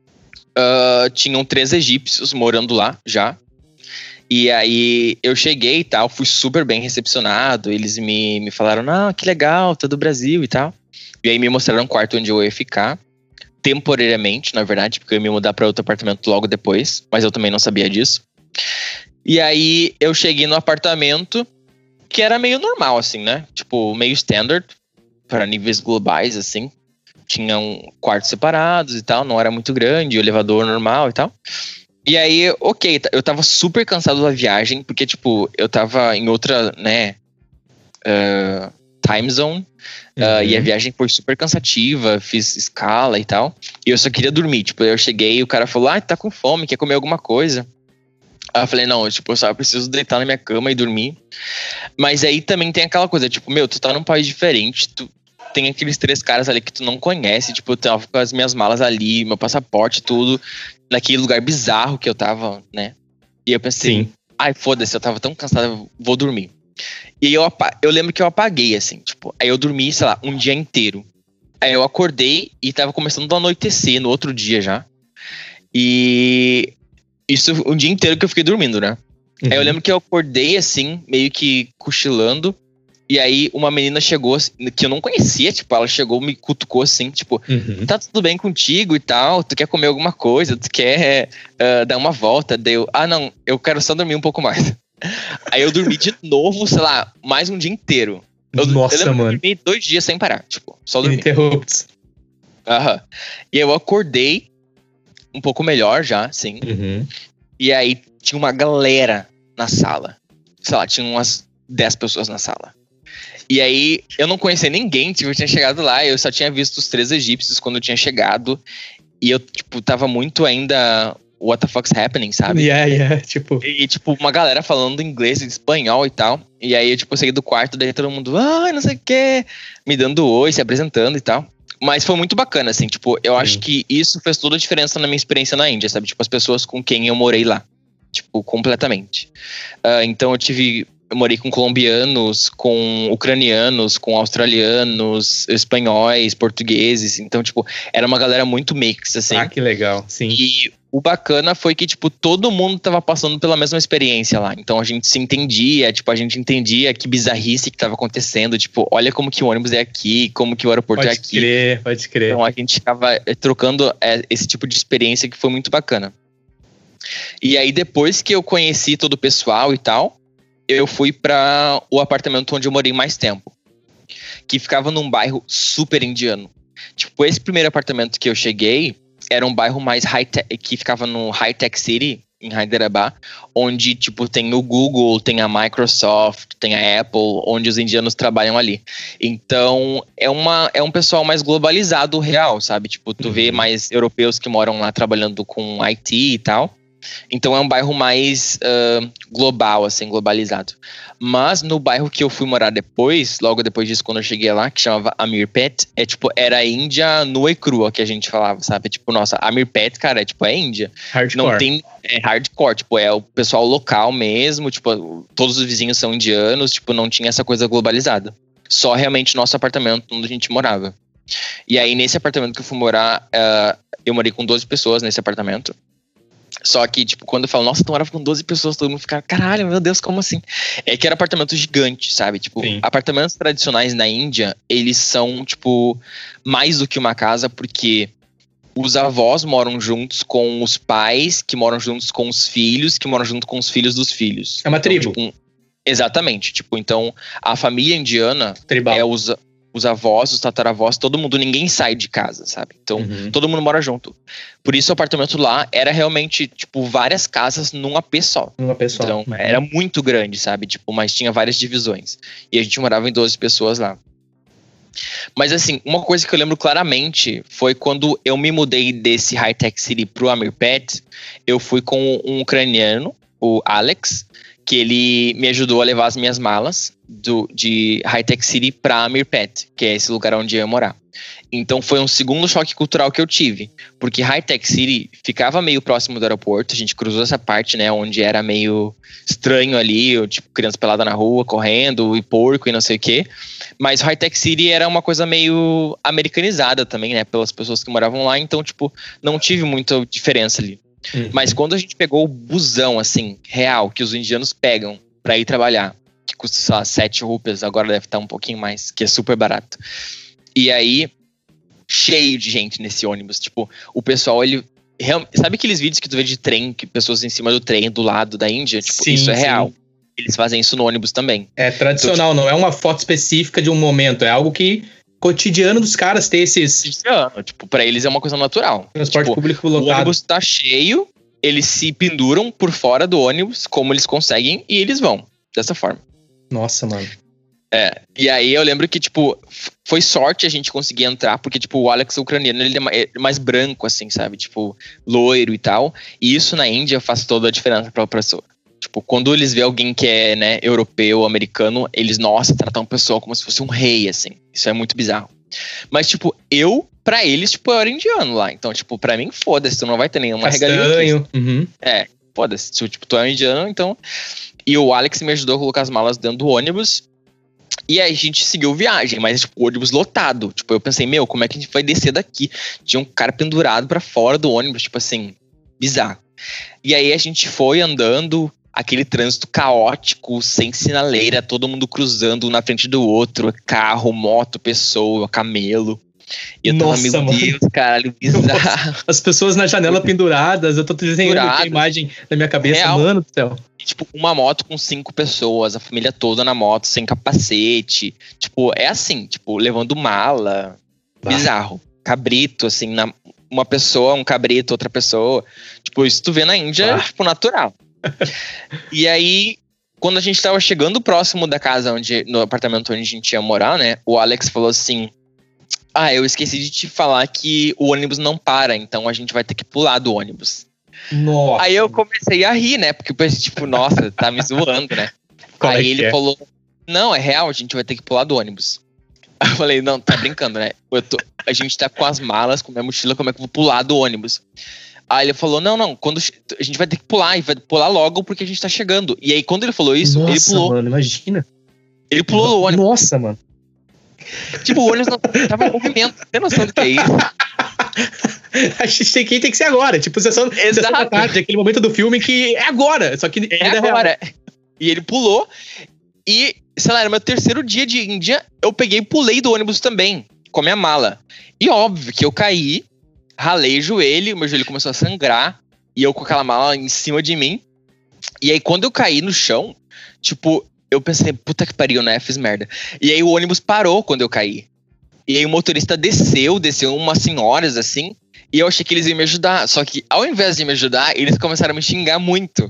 uh, tinham três egípcios morando lá, já. E aí, eu cheguei e tal, fui super bem recepcionado. Eles me, me falaram, ah, que legal, tá do Brasil e tal. E aí, me mostraram um quarto onde eu ia ficar. Temporariamente, na verdade, porque eu ia me mudar pra outro apartamento logo depois. Mas eu também não sabia disso. E aí, eu cheguei no apartamento... que era meio normal, assim, né? Tipo, meio standard, para níveis globais, assim. Tinham quartos separados e tal, não era muito grande, o elevador normal e tal. E aí, ok, eu tava super cansado da viagem, porque, tipo, eu tava em outra, né, uh, time zone, uh, uhum. E a viagem foi super cansativa, fiz escala e tal. E eu só queria dormir, tipo, eu cheguei e o cara falou, ah, tá com fome, quer comer alguma coisa? Aí eu falei, não, tipo, eu só preciso deitar na minha cama e dormir. Mas aí também tem aquela coisa, tipo, meu, tu tá num país diferente, tu tem aqueles três caras ali que tu não conhece, tipo, eu tava com as minhas malas ali, meu passaporte, tudo, naquele lugar bizarro que eu tava, né? E eu pensei, Sim. ai, foda-se, eu tava tão cansado, eu vou dormir. E aí eu, eu lembro que eu apaguei, assim, tipo, aí eu dormi, sei lá, um dia inteiro. Aí eu acordei e tava começando a anoitecer no outro dia já. E... isso um dia inteiro que eu fiquei dormindo, né? Uhum. Aí eu lembro que eu acordei assim, meio que cochilando. E aí uma menina chegou, que eu não conhecia, tipo, ela chegou, me cutucou assim, tipo, uhum. tá tudo bem contigo e tal? Tu quer comer alguma coisa? Tu quer uh, dar uma volta? Daí eu, ah não, eu quero só dormir um pouco mais. Aí eu dormi de novo, sei lá, mais um dia inteiro. Eu, Nossa, eu lembro mano. que eu dormi dois dias sem parar, tipo, só dormir. Ininterruptos. Aham. E eu acordei um pouco melhor já, sim. Uhum. E aí tinha uma galera na sala. Sei lá, tinha umas dez pessoas na sala. E aí eu não conhecia ninguém, tipo, eu tinha chegado lá, eu só tinha visto os três egípcios quando eu tinha chegado. E eu, tipo, tava muito ainda... What the fuck's happening, sabe? Yeah, yeah, tipo... E, e, tipo, uma galera falando inglês e espanhol e tal. E aí, eu, tipo, eu saí do quarto, daí todo mundo... Ah, não sei o quê. Me dando oi, se apresentando e tal. Mas foi muito bacana, assim, tipo, eu Sim. acho que isso fez toda a diferença na minha experiência na Índia, sabe? Tipo, as pessoas com quem eu morei lá. Tipo, completamente. Uh, então eu tive... Eu morei com colombianos, com ucranianos, com australianos, espanhóis, portugueses. Então, tipo, era uma galera muito mix, assim. Ah, que legal, sim. E o bacana foi que, tipo, todo mundo tava passando pela mesma experiência lá. Então a gente se entendia, tipo, a gente entendia que bizarrice que tava acontecendo. Tipo, olha como que o ônibus é aqui, como que o aeroporto pode é aqui. Pode crer, pode crer. Então a gente tava trocando é, esse tipo de experiência que foi muito bacana. E aí depois que eu conheci todo o pessoal e tal, eu fui para o apartamento onde eu morei mais tempo. Que ficava num bairro super indiano. Tipo, esse primeiro apartamento que eu cheguei era um bairro mais high-tech, que ficava no High-Tech City, em Hyderabad, onde, tipo, tem o Google, tem a Microsoft, tem a Apple, onde os indianos trabalham ali. Então, é, uma, é um pessoal mais globalizado real, sabe? Tipo, tu uhum. vê mais europeus que moram lá trabalhando com I T e tal. Então é um bairro mais uh, global, assim, globalizado. Mas no bairro que eu fui morar depois, logo depois disso, quando eu cheguei lá, que chamava Amirpet, é tipo, era a Índia nua e crua que a gente falava, sabe? Tipo, nossa, Amirpet, cara, é tipo, é Índia. Hardcore. Não tem, é hardcore, tipo, é o pessoal local mesmo, tipo, todos os vizinhos são indianos, tipo, não tinha essa coisa globalizada. Só realmente nosso apartamento onde a gente morava. E aí, nesse apartamento que eu fui morar, uh, eu morei com doze pessoas nesse apartamento. Só que, tipo, quando eu falo, nossa, tu morava com doze pessoas, todo mundo fica, caralho, meu Deus, como assim? É que era apartamento gigante, sabe? Tipo, Sim. apartamentos tradicionais na Índia, eles são, tipo, mais do que uma casa, porque os avós moram juntos com os pais, que moram juntos com os filhos, que moram junto com os filhos dos filhos. É uma então, tribo. Tipo, um, exatamente. Tipo, então, a família indiana Tribal. é os... os avós, os tataravós, todo mundo, ninguém sai de casa, sabe? Então, uhum. todo mundo mora junto. Por isso, o apartamento lá era realmente, tipo, várias casas num A P só. Num A P só. Então, uhum. era muito grande, sabe? Tipo, mas tinha várias divisões. E a gente morava em doze pessoas lá. Mas, assim, uma coisa que eu lembro claramente foi quando eu me mudei desse high-tech city pro Amirpet, eu fui com um ucraniano, o Alex, que ele me ajudou a levar as minhas malas do, de High-Tech City para Amirpet, que é esse lugar onde eu ia morar. Então foi um segundo choque cultural que eu tive, porque High-Tech City ficava meio próximo do aeroporto, a gente cruzou essa parte, né, onde era meio estranho ali, eu, tipo, criança pelada na rua, correndo, e porco e não sei o quê, mas High-Tech City era uma coisa meio americanizada também, né, pelas pessoas que moravam lá, então, tipo, não tive muita diferença ali. Uhum. Mas quando a gente pegou o busão, assim, real, que os indianos pegam pra ir trabalhar, que custa, sei lá, sete rupias, agora deve estar um pouquinho mais, que é super barato. E aí, cheio de gente nesse ônibus. Tipo, o pessoal, ele... Sabe aqueles vídeos que tu vê de trem, que pessoas em cima do trem, do lado da Índia? Tipo, sim, isso é sim. real. Eles fazem isso no ônibus também. É tradicional, então, tipo, não é uma foto específica de um momento, é algo que... cotidiano dos caras ter esses... Cotidiano, tipo, pra eles é uma coisa natural. Transporte tipo, público lotado. O ônibus tá cheio, eles se penduram por fora do ônibus, como eles conseguem, e eles vão. Dessa forma. Nossa, mano. É, e aí eu lembro que, tipo, foi sorte a gente conseguir entrar, porque, tipo, o Alex, o ucraniano, ele é mais branco, assim, sabe? Tipo, loiro e tal. E isso na Índia faz toda a diferença pra pessoa. Tipo, quando eles veem alguém que é, né, europeu, americano, eles, nossa, tratam o pessoal como se fosse um rei, assim. Isso é muito bizarro. Mas, tipo, eu, pra eles, tipo, eu era indiano lá. Então, tipo, pra mim, foda-se, tu não vai ter nenhuma regalia aqui. Uhum. É, foda-se. Tipo, tu é um indiano, então... E o Alex me ajudou a colocar as malas dentro do ônibus. E aí a gente seguiu viagem, mas, tipo, o ônibus lotado. Tipo, eu pensei, meu, como é que a gente vai descer daqui? Tinha um cara pendurado pra fora do ônibus, tipo assim, bizarro. E aí a gente foi andando... Aquele trânsito caótico, sem sinaleira, todo mundo cruzando um na frente do outro, carro, moto, pessoa, camelo. E eu Nossa, tava, meu mano. Deus, caralho, bizarro. As pessoas na janela penduradas, eu tô desenhando aqui a imagem na minha cabeça, Real. Mano do céu. E, tipo, uma moto com cinco pessoas, a família toda na moto, sem capacete. Tipo, é assim, tipo, levando mala. Bah. Bizarro. Cabrito, assim, na, uma pessoa, um cabrito, outra pessoa. Tipo, isso tu vê na Índia, bah. Tipo, natural. E aí, quando a gente tava chegando próximo da casa, onde, no apartamento onde a gente ia morar, né? O Alex falou assim: ah, eu esqueci de te falar que o ônibus não para, então a gente vai ter que pular do ônibus. Nossa. Aí eu comecei a rir, né? Porque eu pensei, tipo, nossa, tá me zoando, né? Qual aí é ele é? falou: não, é real, a gente vai ter que pular do ônibus. Aí eu falei, não, tá brincando, né? Eu tô, a gente tá com as malas, com a minha mochila, como é que eu vou pular do ônibus? Aí ele falou, não, não, quando a gente vai ter que pular, e vai pular logo porque a gente tá chegando. E aí quando ele falou isso, Nossa, ele pulou. Mano, imagina. Ele pulou o ônibus. Nossa, mano. Tipo, o ônibus não tava em movimento. Tem noção do que é isso? A gente tem que, tem que ser agora. Tipo, sessão, sessão da tarde, aquele momento do filme que é agora. Só que é agora. Real. E ele pulou. E, sei lá, era meu terceiro dia de Índia. Eu peguei e pulei do ônibus também, com a minha mala. E óbvio que eu caí, ralei o joelho, meu joelho começou a sangrar. E eu com aquela mala em cima de mim. E aí, quando eu caí no chão, tipo, eu pensei, puta que pariu, né? Fiz merda. E aí o ônibus parou quando eu caí. E aí o motorista desceu, desceu umas senhoras, assim. E eu achei que eles iam me ajudar. Só que, ao invés de me ajudar, eles começaram a me xingar muito.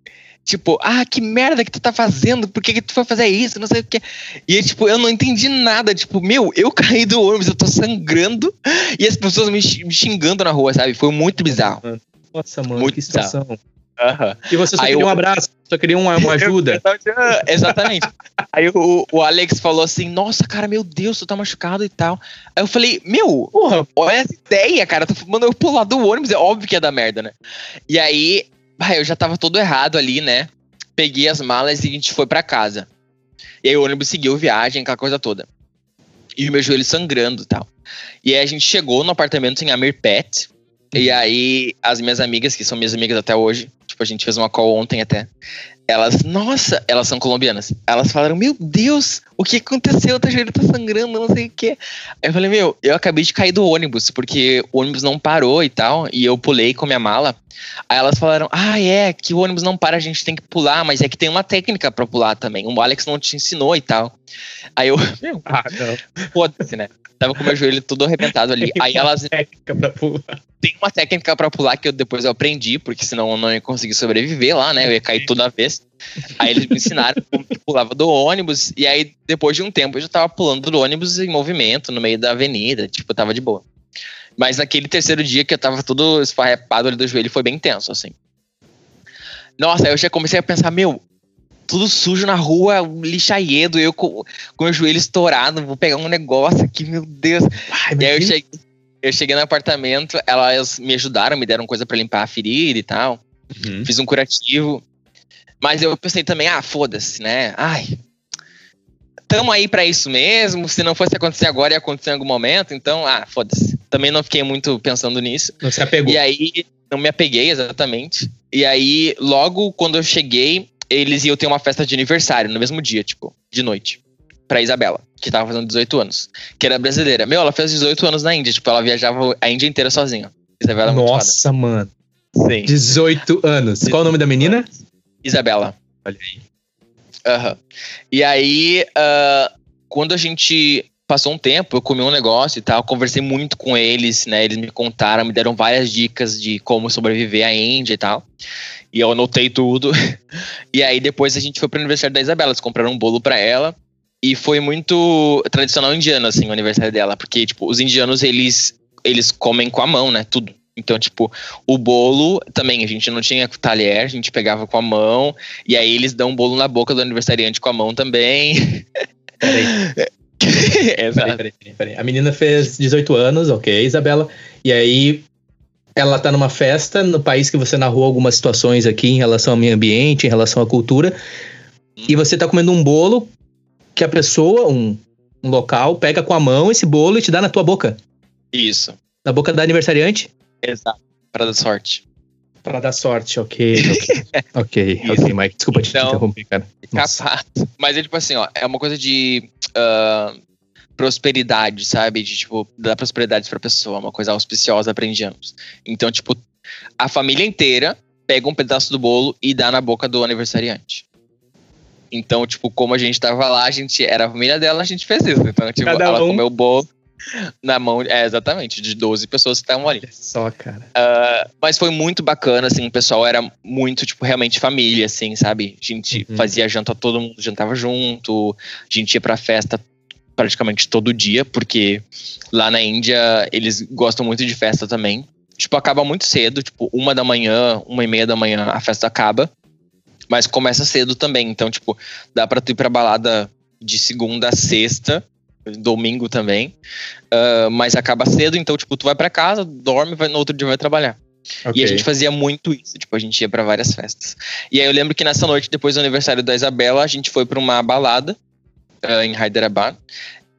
Tipo, ah, que merda que tu tá fazendo? Por que que tu foi fazer isso? Não sei o que. E aí, tipo, eu não entendi nada. Tipo, meu, eu caí do ônibus, eu tô sangrando. E as pessoas me xingando na rua, sabe? Foi muito bizarro. Nossa, mano, muito que situação. Bizarro. Uhum. E você só aí queria eu... um abraço, só queria uma, uma ajuda. Exatamente. Aí o, o Alex falou assim, nossa, cara, meu Deus, tu tá machucado e tal. Aí eu falei, meu, porra, olha essa ideia, cara. Tu mandou eu pular do ônibus, é óbvio que ia dar merda, né? E aí, eu já tava todo errado ali, né? Peguei as malas e a gente foi pra casa. E aí o ônibus seguiu viagem, aquela coisa toda. E o meu joelho sangrando e tal. E aí a gente chegou no apartamento em Amirpet. E aí, as minhas amigas, que são minhas amigas até hoje, tipo, a gente fez uma call ontem até, elas, nossa, elas são colombianas, elas falaram, meu Deus, o que aconteceu? Teu joelho tá sangrando, não sei o quê. Aí eu falei, meu, eu acabei de cair do ônibus, porque o ônibus não parou e tal, e eu pulei com a minha mala. Aí elas falaram, ah, é, que o ônibus não para, a gente tem que pular, mas é que tem uma técnica pra pular também, o Alex não te ensinou e tal. Aí eu, meu, ah, não. Foda-se, né? Tava com o meu joelho todo arrebentado ali. Aí elas... técnica pra pular. Tem uma técnica pra pular que eu depois eu aprendi, porque senão eu não ia conseguir sobreviver lá, né? Eu ia cair toda vez. Aí eles me ensinaram como que pulava do ônibus. E aí, depois de um tempo, eu já tava pulando do ônibus em movimento, no meio da avenida. Tipo, tava de boa. Mas naquele terceiro dia que eu tava todo esfarrapado ali do joelho, foi bem tenso, assim. Nossa, aí eu já comecei a pensar, meu... tudo sujo na rua, lixaiedo, eu com, com o joelho estourado, vou pegar um negócio aqui, meu Deus. Ai, e aí eu cheguei, eu cheguei no apartamento, elas me ajudaram, me deram coisa pra limpar a ferida e tal. Uhum. Fiz um curativo. Mas eu pensei também, ah, foda-se, né? Ai, tamo aí pra isso mesmo, se não fosse acontecer agora, ia acontecer em algum momento, então, ah, foda-se. Também não fiquei muito pensando nisso. Não se apegou. E aí, não me apeguei, exatamente. E aí, logo quando eu cheguei, eles iam ter uma festa de aniversário no mesmo dia, tipo, de noite. Pra Isabela, que tava fazendo dezoito anos. Que era brasileira. Meu, ela fez dezoito anos na Índia. Tipo, ela viajava a Índia inteira sozinha. Isabela é muito Nossa, foda. Mano. Sim. dezoito anos. dezoito Qual o nome da menina? Isabela. Olha aí. Aham. Uhum. E aí, uh, quando a gente passou um tempo, eu comi um negócio e tal, conversei muito com eles, né? Eles me contaram, me deram várias dicas de como sobreviver à Índia e tal. E eu anotei tudo. E aí depois a gente foi pro aniversário da Isabela. Eles compraram um bolo pra ela. E foi muito tradicional indiano, assim, o aniversário dela. Porque, tipo, os indianos, eles, eles comem com a mão, né? Tudo. Então, tipo, o bolo também, a gente não tinha talher, a gente pegava com a mão. E aí eles dão um bolo na boca do aniversariante com a mão também. Peraí. Exato. Peraí, peraí, peraí. A menina fez dezoito anos, ok, Isabela. E aí... ela tá numa festa no país que você narrou algumas situações aqui em relação ao meio ambiente, em relação à cultura. Hum. E você tá comendo um bolo que a pessoa, um, um local, pega com a mão esse bolo e te dá na tua boca. Isso. Na boca da aniversariante? Exato. Pra dar sorte. Pra dar sorte, ok. Ok, ok, ok, Mike. Desculpa então, te interromper, cara. Capaz. Mas é tipo assim, ó, é uma coisa de... Uh, prosperidade, sabe? De, tipo, dar prosperidade pra pessoa, uma coisa auspiciosa pra indianos. Então, tipo, a família inteira pega um pedaço do bolo e dá na boca do aniversariante. Então, tipo, como a gente tava lá, a gente era a família dela, a gente fez isso. Então, tipo, Cada ela um. comeu o bolo na mão, é, exatamente, de doze pessoas que estavam ali. Só, cara. Uh, mas foi muito bacana, assim, o pessoal era muito, tipo, realmente família, assim, sabe? A gente uhum. fazia janta, todo mundo jantava junto, a gente ia pra festa praticamente todo dia, porque lá na Índia eles gostam muito de festa também. Tipo, acaba muito cedo, tipo, uma da manhã, uma e meia da manhã a festa acaba, mas começa cedo também, então, tipo, dá pra tu ir pra balada de segunda a sexta, domingo também, uh, mas acaba cedo, então, tipo, tu vai pra casa, dorme, vai, no outro dia vai trabalhar. Okay. E a gente fazia muito isso, tipo, a gente ia pra várias festas. E aí eu lembro que nessa noite, depois do aniversário da Isabela, a gente foi pra uma balada, Uh, em Hyderabad.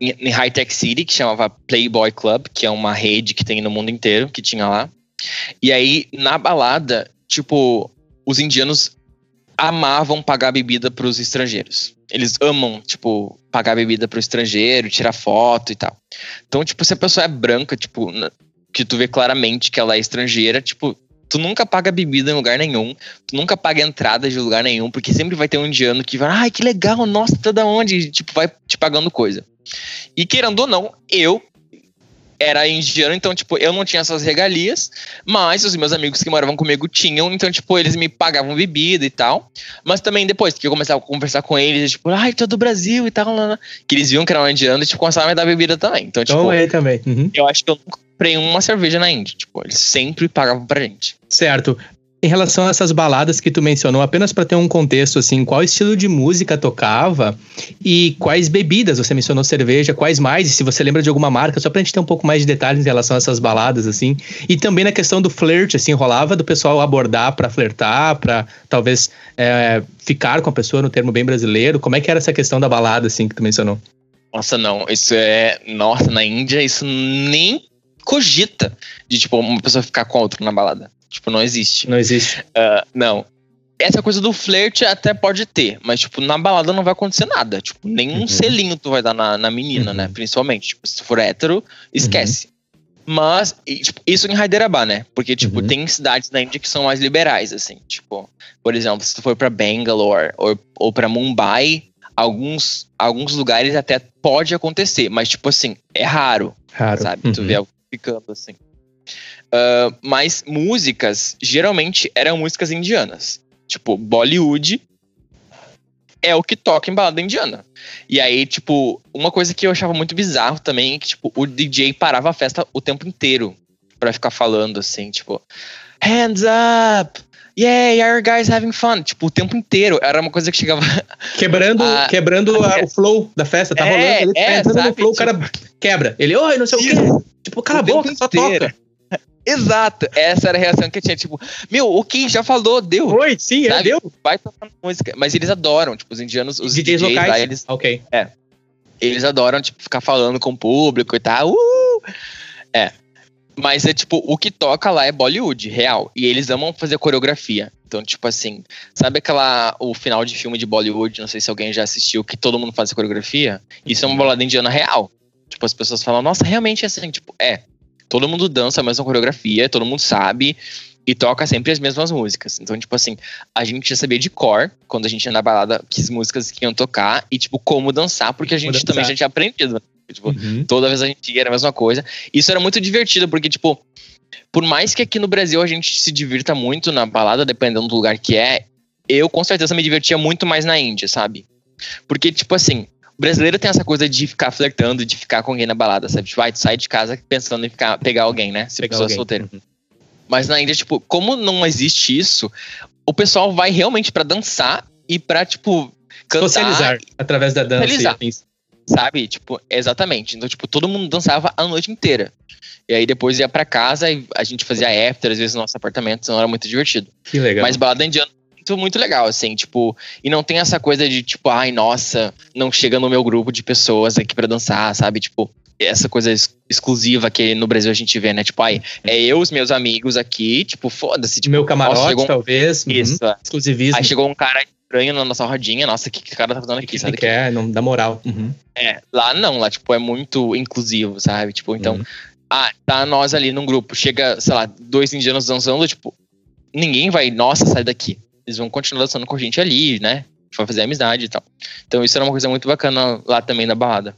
em, em High Tech City, que chamava Playboy Club, que é uma rede que tem no mundo inteiro, que tinha lá. E aí, na balada, tipo, os indianos amavam pagar bebida pros estrangeiros. Eles amam, tipo, pagar bebida pro estrangeiro, tirar foto e tal. Então, tipo, se a pessoa é branca, tipo, que tu vê claramente que ela é estrangeira, tipo, tu nunca paga bebida em lugar nenhum, tu nunca paga entrada de lugar nenhum, porque sempre vai ter um indiano que vai, ai, que legal, nossa, tá da onde? E, tipo, vai te pagando coisa. E querendo ou não, eu era indiano, então, tipo, eu não tinha essas regalias, mas os meus amigos que moravam comigo tinham, então, tipo, eles me pagavam bebida e tal. Mas também depois que eu começava a conversar com eles, tipo, ai, tu é do Brasil e tal, lá, lá, que eles viam que era um indiano e, tipo, começavam a me dar bebida também. Então, tipo, então, eu também. Uhum. Eu acho que eu nunca comprei uma cerveja na Índia, tipo, eles sempre pagavam pra gente. Certo. Em relação a essas baladas que tu mencionou, apenas para ter um contexto, assim, qual estilo de música tocava e quais bebidas? Você mencionou cerveja, quais mais? E se você lembra de alguma marca, só pra gente ter um pouco mais de detalhes em relação a essas baladas, assim. E também na questão do flirt, assim, rolava do pessoal abordar pra flertar, pra talvez é, ficar com a pessoa, no termo bem brasileiro. Como é que era essa questão da balada, assim, que tu mencionou? Nossa, não, isso é... Nossa, na Índia isso nem cogita de, tipo, uma pessoa ficar com a outra na balada. Tipo, não existe. Não existe. Uh, não. Essa coisa do flerte até pode ter, mas, tipo, na balada não vai acontecer nada. Tipo, nenhum uhum. selinho tu vai dar na, na menina, uhum. né? Principalmente. Tipo, se for hétero, esquece. Uhum. Mas, e, tipo, isso em Hyderabad, né? Porque, tipo, uhum. tem cidades na Índia que são mais liberais, assim. Tipo, por exemplo, se tu for pra Bangalore ou, ou pra Mumbai, alguns, alguns lugares até pode acontecer. Mas, tipo assim, é raro. Raro. Sabe? Uhum. Tu vê algo ficando assim. Uh, mas músicas, geralmente, eram músicas indianas. Tipo, Bollywood é o que toca em balada indiana. E aí, tipo, uma coisa que eu achava muito bizarro também é que, tipo, o D J parava a festa o tempo inteiro pra ficar falando, assim, tipo, hands up! Yeah, are you guys having fun? Tipo, o tempo inteiro. Era uma coisa que chegava... Quebrando, a... quebrando a, o flow da festa. Tá é, rolando, ele tá é, entrando sabe? no flow, Tipo, o cara quebra. Ele, oi, não sei o quê. Tipo, cala a boca, só toca. Exato, essa era a reação que eu tinha, tipo, meu, ok, já falou, deu. Oi, sim, é, deu. Vai tocando música. Mas eles adoram, tipo, os indianos, os D Js, D Js locais, lá, eles, ok. É, eles adoram, tipo, ficar falando com o público e tal, uh! É, mas é, tipo, o que toca lá é Bollywood, real, e eles amam fazer coreografia. Então, tipo assim, sabe aquela, o final de filme de Bollywood, não sei se alguém já assistiu, que todo mundo faz coreografia? Isso é uma balada indiana real. Tipo, as pessoas falam, nossa, realmente é assim, tipo, é. Todo mundo dança a mesma coreografia, todo mundo sabe e toca sempre as mesmas músicas. Então, tipo assim, a gente já sabia de cor, quando a gente ia na balada, que as músicas que iam tocar e, tipo, como dançar, porque a gente também já tinha aprendido. Né? Tipo, uhum. Toda vez a gente ia, era a mesma coisa. Isso era muito divertido, porque, tipo, por mais que aqui no Brasil a gente se divirta muito na balada, dependendo do lugar que é, eu com certeza me divertia muito mais na Índia, sabe? Porque, tipo assim, o brasileiro tem essa coisa de ficar flertando, de ficar com alguém na balada, sabe? Tipo, vai, tu sai de casa pensando em ficar, pegar alguém, né? Se a pessoa é solteira. Uhum. Mas na Índia, tipo, como não existe isso, o pessoal vai realmente pra dançar e pra, tipo, cantar. Socializar através da dança. Socializar, sabe? Tipo, exatamente. Então, tipo, todo mundo dançava a noite inteira. E aí depois ia pra casa e a gente fazia after, às vezes, no nosso apartamento, então era muito divertido. Que legal. Mas balada indiana muito, muito legal, assim, tipo, e não tem essa coisa de, tipo, ai, nossa, não chega no meu grupo de pessoas aqui pra dançar, sabe, tipo, essa coisa ex- exclusiva que no Brasil a gente vê, né, tipo, ai, é eu, os meus amigos aqui, tipo, foda-se, tipo, meu camarote, nossa, um... talvez, isso, uhum. Exclusivismo. Aí chegou um cara estranho na nossa rodinha, nossa, o que que o cara tá fazendo aqui, que sabe? Que é, não dá moral. Uhum. É, lá não, lá, tipo, é muito inclusivo, sabe, tipo, então, uhum. ah, tá nós ali num grupo, chega, sei lá, dois indianos dançando, tipo, ninguém vai, nossa, sai daqui. Eles vão continuar dançando com a gente ali, né? A gente vai fazer amizade e tal. Então isso era uma coisa muito bacana lá também na balada.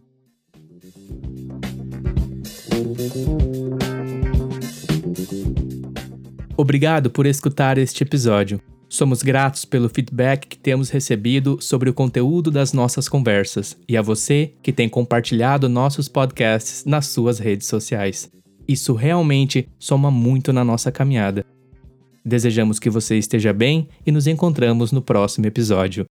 Obrigado por escutar este episódio. Somos gratos pelo feedback que temos recebido sobre o conteúdo das nossas conversas e a você que tem compartilhado nossos podcasts nas suas redes sociais. Isso realmente soma muito na nossa caminhada. Desejamos que você esteja bem e nos encontramos no próximo episódio.